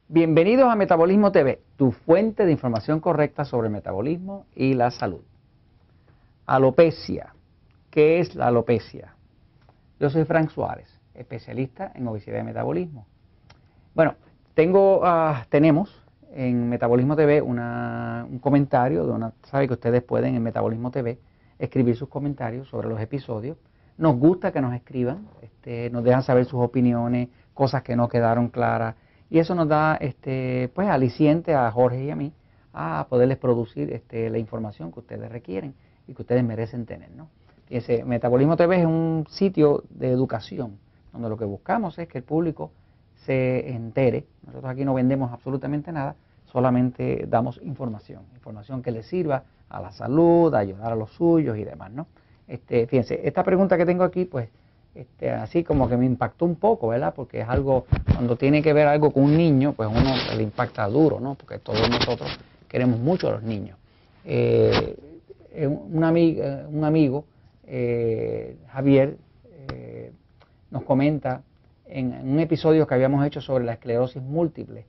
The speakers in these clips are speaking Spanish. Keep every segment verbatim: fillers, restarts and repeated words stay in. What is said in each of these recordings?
Bienvenidos a Metabolismo T V, tu fuente de información correcta sobre el metabolismo y la salud. Alopecia. ¿Qué es la alopecia? Yo soy Frank Suárez, especialista en obesidad y metabolismo. Bueno, tengo, uh, tenemos en Metabolismo T V una, un comentario de una, sabe que ustedes pueden en Metabolismo T V escribir sus comentarios sobre los episodios. Nos gusta que nos escriban, este, nos dejan saber sus opiniones, cosas que no quedaron claras. Y eso nos da este, pues, aliciente a Jorge y a mí a poderles producir este, la información que ustedes requieren y que ustedes merecen tener, ¿no? Y ese Metabolismo T V es un sitio de educación donde lo que buscamos es que el público se entere. Nosotros aquí no vendemos absolutamente nada, solamente damos información, información que les sirva a la salud, a ayudar a los suyos y demás, ¿no? Este, fíjense, esta pregunta que tengo aquí, pues, Este, así como que me impactó un poco, ¿verdad? Porque es algo, cuando tiene que ver algo con un niño, pues uno le impacta duro, ¿no? Porque todos nosotros queremos mucho a los niños. Eh, un, ami un amigo, eh, Javier, eh, nos comenta en, en un episodio que habíamos hecho sobre la esclerosis múltiple,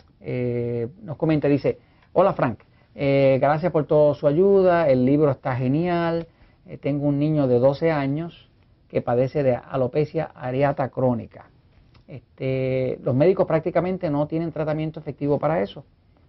eh, nos comenta, dice: hola Frank, eh, gracias por toda su ayuda, el libro está genial, eh, tengo un niño de doce años que padece de alopecia areata crónica. Este, los médicos prácticamente no tienen tratamiento efectivo para eso.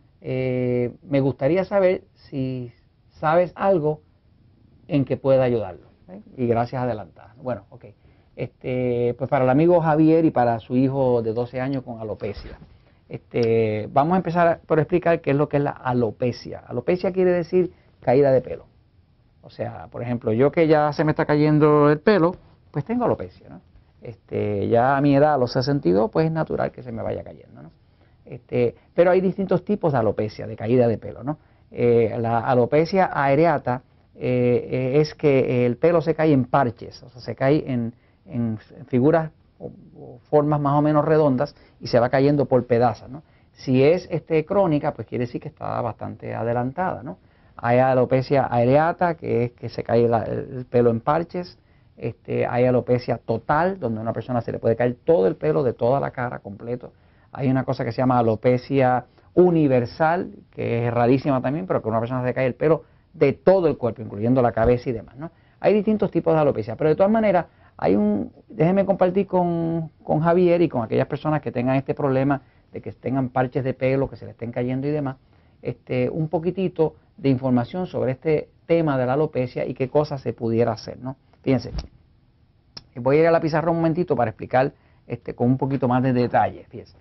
Eh, me gustaría saber si sabes algo en que pueda ayudarlo. ¿eh? Y gracias adelantadas. Bueno, ok. Este, pues para el amigo Javier y para su hijo de doce años con alopecia. Este, vamos a empezar por explicar qué es lo que es la alopecia. Alopecia quiere decir caída de pelo. O sea, por ejemplo, yo que ya se me está cayendo el pelo, pues tengo alopecia, ¿no? Este, ya a mi edad, a los sesenta y dos, pues es natural que se me vaya cayendo, ¿no? Este, pero hay distintos tipos de alopecia, de caída de pelo, ¿no? Eh, la alopecia areata eh, eh, es que el pelo se cae en parches, o sea, se cae en, en figuras o, o formas más o menos redondas y se va cayendo por pedazos, ¿no? Si es este, crónica, pues quiere decir que está bastante adelantada, ¿no? Hay alopecia areata, que es que se cae la, el pelo en parches. Este, hay alopecia total, donde a una persona se le puede caer todo el pelo de toda la cara completo. Hay una cosa que se llama alopecia universal, que es rarísima también, pero que a una persona se le cae el pelo de todo el cuerpo, incluyendo la cabeza y demás, ¿no? Hay distintos tipos de alopecia, pero de todas maneras, hay un, déjenme compartir con, con Javier y con aquellas personas que tengan este problema de que tengan parches de pelo, que se le estén cayendo y demás, este, un poquitito de información sobre este tema de la alopecia y qué cosas se pudiera hacer, ¿no? Fíjense, voy a ir a la pizarra un momentito para explicar este, con un poquito más de detalle. Fíjense.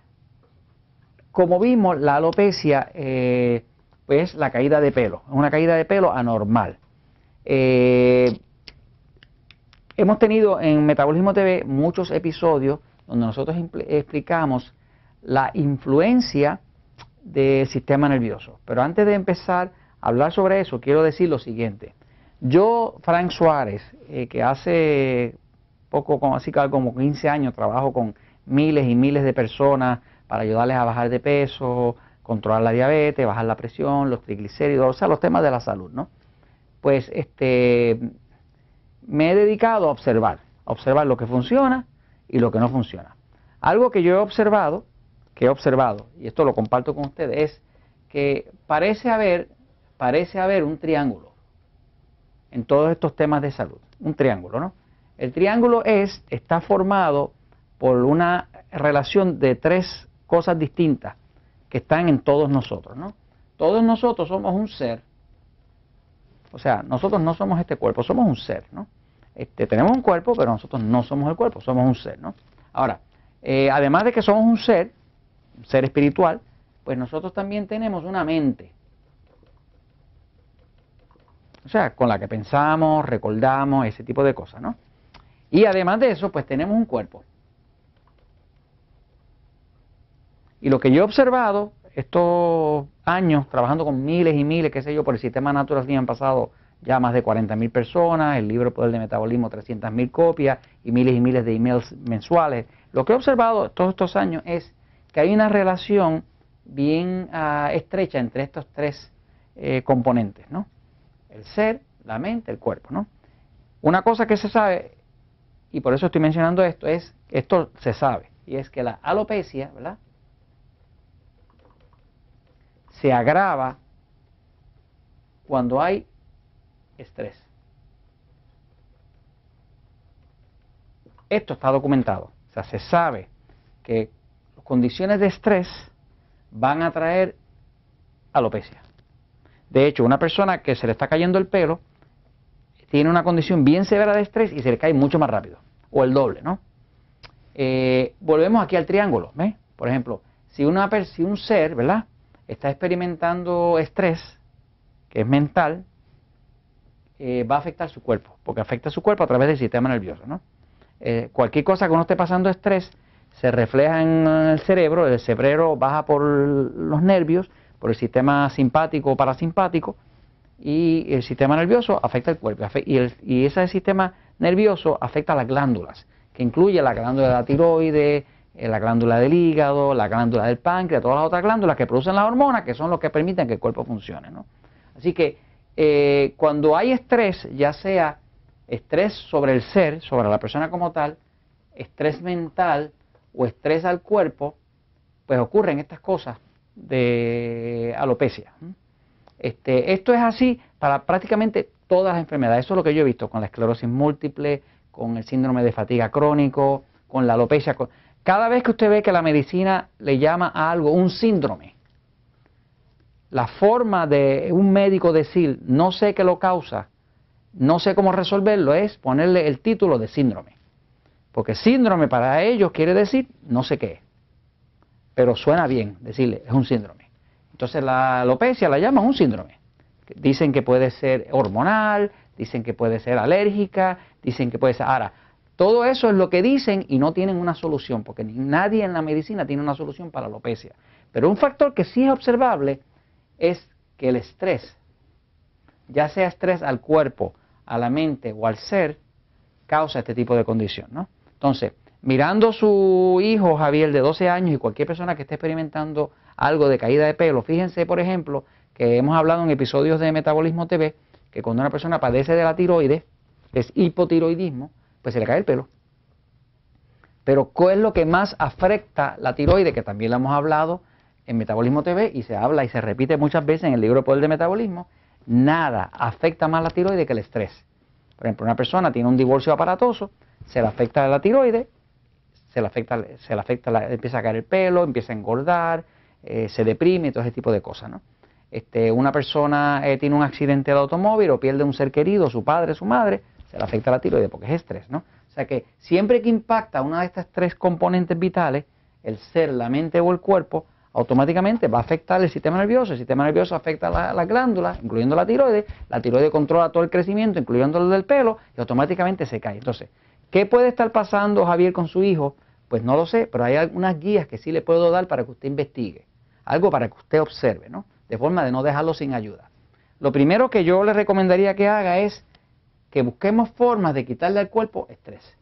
Como vimos, la alopecia eh, pues la caída de pelo, es una caída de pelo anormal. Eh, hemos tenido en Metabolismo T V muchos episodios donde nosotros explicamos la influencia del sistema nervioso. Pero antes de empezar a hablar sobre eso, quiero decir lo siguiente. Yo, Frank Suárez, eh, que hace poco, como, así como quince años, trabajo con miles y miles de personas para ayudarles a bajar de peso, controlar la diabetes, bajar la presión, los triglicéridos, o sea, los temas de la salud, ¿no? Pues este, me he dedicado a observar, a observar lo que funciona y lo que no funciona. Algo que yo he observado, que he observado, y esto lo comparto con ustedes, es que parece haber, parece haber un triángulo en todos estos temas de salud, un triángulo, ¿no? El triángulo es, está formado por una relación de tres cosas distintas que están en todos nosotros, ¿no? Todos nosotros somos un ser, o sea, nosotros no somos este cuerpo, somos un ser, ¿no? Este, tenemos un cuerpo, pero nosotros no somos el cuerpo, somos un ser, ¿no? Ahora, eh, además de que somos un ser, un ser espiritual, pues nosotros también tenemos una mente. O sea, con la que pensamos, recordamos, ese tipo de cosas, ¿no? Y además de eso, pues tenemos un cuerpo. Y lo que yo he observado estos años trabajando con miles y miles, qué sé yo, por el sistema Natural Slim han pasado ya más de cuarenta mil personas, el libro Poder de Metabolismo trescientas mil copias y miles y miles de emails mensuales. Lo que he observado todos estos años es que hay una relación bien uh, estrecha entre estos tres eh, componentes, ¿no? El ser, la mente, el cuerpo, ¿no? Una cosa que se sabe, y por eso estoy mencionando esto, es, esto se sabe, y es que la alopecia, ¿verdad? se agrava cuando hay estrés. Esto está documentado. O sea, se sabe que condiciones de estrés van a traer alopecia. De hecho, una persona que se le está cayendo el pelo tiene una condición bien severa de estrés y se le cae mucho más rápido, o el doble, ¿no? Eh, volvemos aquí al triángulo, ¿ves? Por ejemplo, si, una, si un ser, ¿verdad?, está experimentando estrés, que es mental, eh, va a afectar su cuerpo, porque afecta su cuerpo a través del sistema nervioso, ¿no? Eh, cualquier cosa que uno esté pasando estrés se refleja en el cerebro, el cerebro baja por los nervios, por el sistema simpático o parasimpático, y el sistema nervioso afecta el cuerpo, y, el, y ese sistema nervioso afecta a las glándulas, que incluye la glándula de la tiroides, la glándula del hígado, la glándula del páncreas, todas las otras glándulas que producen las hormonas, que son los que permiten que el cuerpo funcione, ¿no? Así que eh, cuando hay estrés, ya sea estrés sobre el ser, sobre la persona como tal, estrés mental o estrés al cuerpo, pues ocurren estas cosas de alopecia. Este, esto es así para prácticamente todas las enfermedades. Eso es lo que yo he visto con la esclerosis múltiple, con el síndrome de fatiga crónico, con la alopecia. Cada vez que usted ve que la medicina le llama a algo un síndrome, la forma de un médico decir no sé qué lo causa, no sé cómo resolverlo, es ponerle el título de síndrome. Porque síndrome para ellos quiere decir no sé qué, pero suena bien decirle es un síndrome. Entonces la alopecia la llaman un síndrome. Dicen que puede ser hormonal, dicen que puede ser alérgica, dicen que puede ser... Ahora, todo eso es lo que dicen y no tienen una solución, porque nadie en la medicina tiene una solución para la alopecia. Pero un factor que sí es observable es que el estrés, ya sea estrés al cuerpo, a la mente o al ser, causa este tipo de condición, ¿no? Entonces, mirando a su hijo Javier de doce años y cualquier persona que esté experimentando algo de caída de pelo, fíjense, por ejemplo, que hemos hablado en episodios de Metabolismo T V, que cuando una persona padece de la tiroides, es hipotiroidismo, pues se le cae el pelo. Pero ¿qué es lo que más afecta la tiroides? Que también lo hemos hablado en Metabolismo T V y se habla y se repite muchas veces en el libro Poder de Metabolismo. Nada afecta más la tiroides que el estrés. Por ejemplo, una persona tiene un divorcio aparatoso, se le afecta la tiroides, se le afecta, se le afecta la, empieza a caer el pelo, empieza a engordar, eh, se deprime y todo ese tipo de cosas, ¿no? Este, una persona eh, tiene un accidente de automóvil o pierde un ser querido, su padre, su madre, se le afecta la tiroides porque es estrés, ¿no? O sea que siempre que impacta una de estas tres componentes vitales, el ser, la mente o el cuerpo, automáticamente va a afectar el sistema nervioso, el sistema nervioso afecta las la glándulas, incluyendo la tiroides, la tiroides controla todo el crecimiento, incluyendo el del pelo, y automáticamente se cae. Entonces, ¿qué puede estar pasando Javier con su hijo? Pues no lo sé, pero hay algunas guías que sí le puedo dar para que usted investigue, algo para que usted observe, ¿no? De forma de no dejarlo sin ayuda. Lo primero que yo le recomendaría que haga es que busquemos formas de quitarle al cuerpo estrés.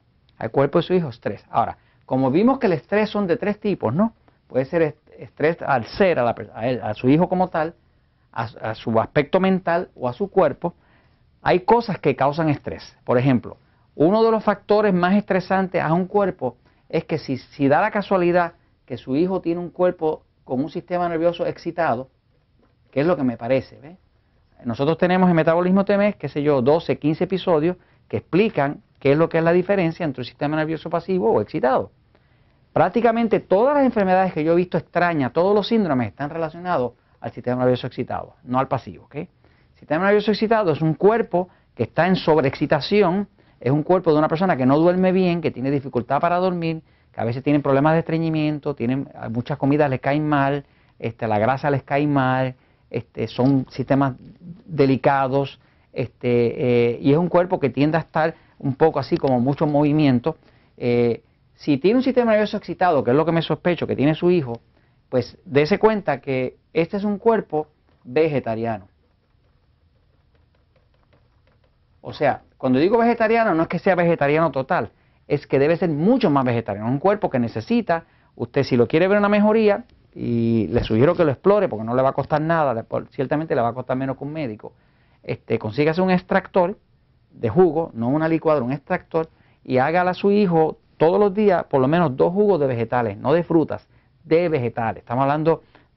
Al cuerpo de su hijo, estrés. Ahora, como vimos que el estrés son de tres tipos, ¿no? Puede ser estrés al ser, a, la, a, él, a su hijo como tal, a, a su aspecto mental o a su cuerpo. Hay cosas que causan estrés. Por ejemplo, uno de los factores más estresantes a un cuerpo es que si, si da la casualidad que su hijo tiene un cuerpo con un sistema nervioso excitado, que es lo que me parece, ¿ves? Nosotros tenemos en Metabolismo T V, qué sé yo, doce, quince episodios que explican qué es lo que es la diferencia entre un sistema nervioso pasivo o excitado. Prácticamente todas las enfermedades que yo he visto extrañas, todos los síndromes están relacionados al sistema nervioso excitado, no al pasivo, ¿ok? El sistema nervioso excitado es un cuerpo que está en sobreexcitación, es un cuerpo de una persona que no duerme bien, que tiene dificultad para dormir, que a veces tienen problemas de estreñimiento, tienen, muchas comidas les caen mal, este, la grasa les cae mal, este, son sistemas delicados, este, eh, y es un cuerpo que tiende a estar un poco así como mucho movimiento. Eh, si tiene un sistema nervioso excitado, que es lo que me sospecho que tiene su hijo, pues dése cuenta que este es un cuerpo vegetariano. O sea, cuando digo vegetariano no es que sea vegetariano total, es que debe ser mucho más vegetariano. Es un cuerpo que necesita, usted si lo quiere ver una mejoría, y le sugiero que lo explore porque no le va a costar nada, ciertamente le va a costar menos que un médico, este, consígase un extractor de jugo, no una licuadora, un extractor, y hágale a su hijo todos los días por lo menos dos jugos de vegetales, no de frutas, de vegetales. Estamos hablando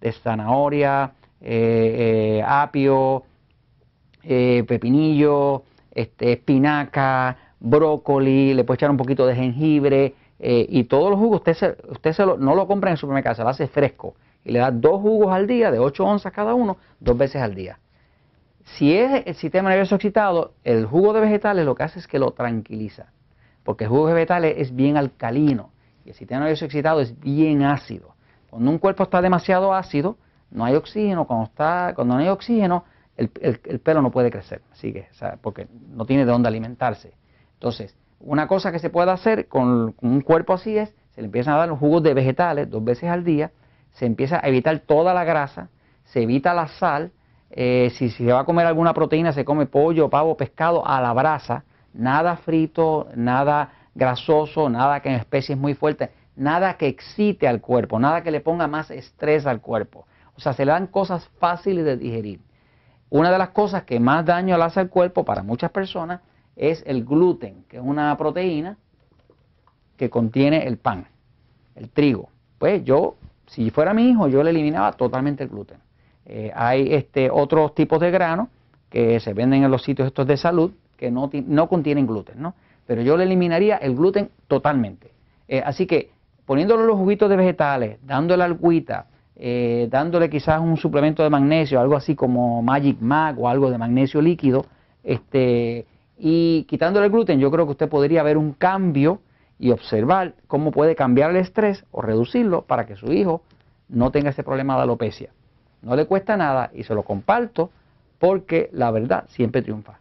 de zanahoria, eh, eh, apio, eh, pepinillo, este, espinaca, brócoli, le puede echar un poquito de jengibre eh, y todos los jugos usted, se, usted se lo, no lo compra en el supermercado, se lo hace fresco y le da dos jugos al día de ocho onzas cada uno, dos veces al día. Si es el sistema nervioso excitado, el jugo de vegetales lo que hace es que lo tranquiliza, porque el jugo de vegetales es bien alcalino y el sistema nervioso excitado es bien ácido. Cuando un cuerpo está demasiado ácido, no hay oxígeno, cuando, está, cuando no hay oxígeno, el, el, el pelo no puede crecer, así que, o sea, porque no tiene de dónde alimentarse. Entonces, una cosa que se puede hacer con, con un cuerpo así es, se le empiezan a dar los jugos de vegetales dos veces al día, se empieza a evitar toda la grasa, se evita la sal, eh, si, si se va a comer alguna proteína, se come pollo, pavo, pescado a la brasa, nada frito, nada grasoso, nada que en especies muy fuertes, nada que excite al cuerpo, nada que le ponga más estrés al cuerpo. O sea, se le dan cosas fáciles de digerir. Una de las cosas que más daño le hace al cuerpo para muchas personas es el gluten, que es una proteína que contiene el pan, el trigo. Pues yo, si fuera mi hijo, yo le eliminaba totalmente el gluten. Eh, hay este, otros tipos de granos que se venden en los sitios estos de salud que no, no contienen gluten, ¿no? Pero yo le eliminaría el gluten totalmente. Eh, así que poniéndole los juguitos de vegetales, dándole agüita, eh, dándole quizás un suplemento de magnesio, algo así como Magic Mag o algo de magnesio líquido, este, y quitándole el gluten, yo creo que usted podría ver un cambio y observar cómo puede cambiar el estrés o reducirlo para que su hijo no tenga ese problema de alopecia. No le cuesta nada y se lo comparto porque la verdad siempre triunfa.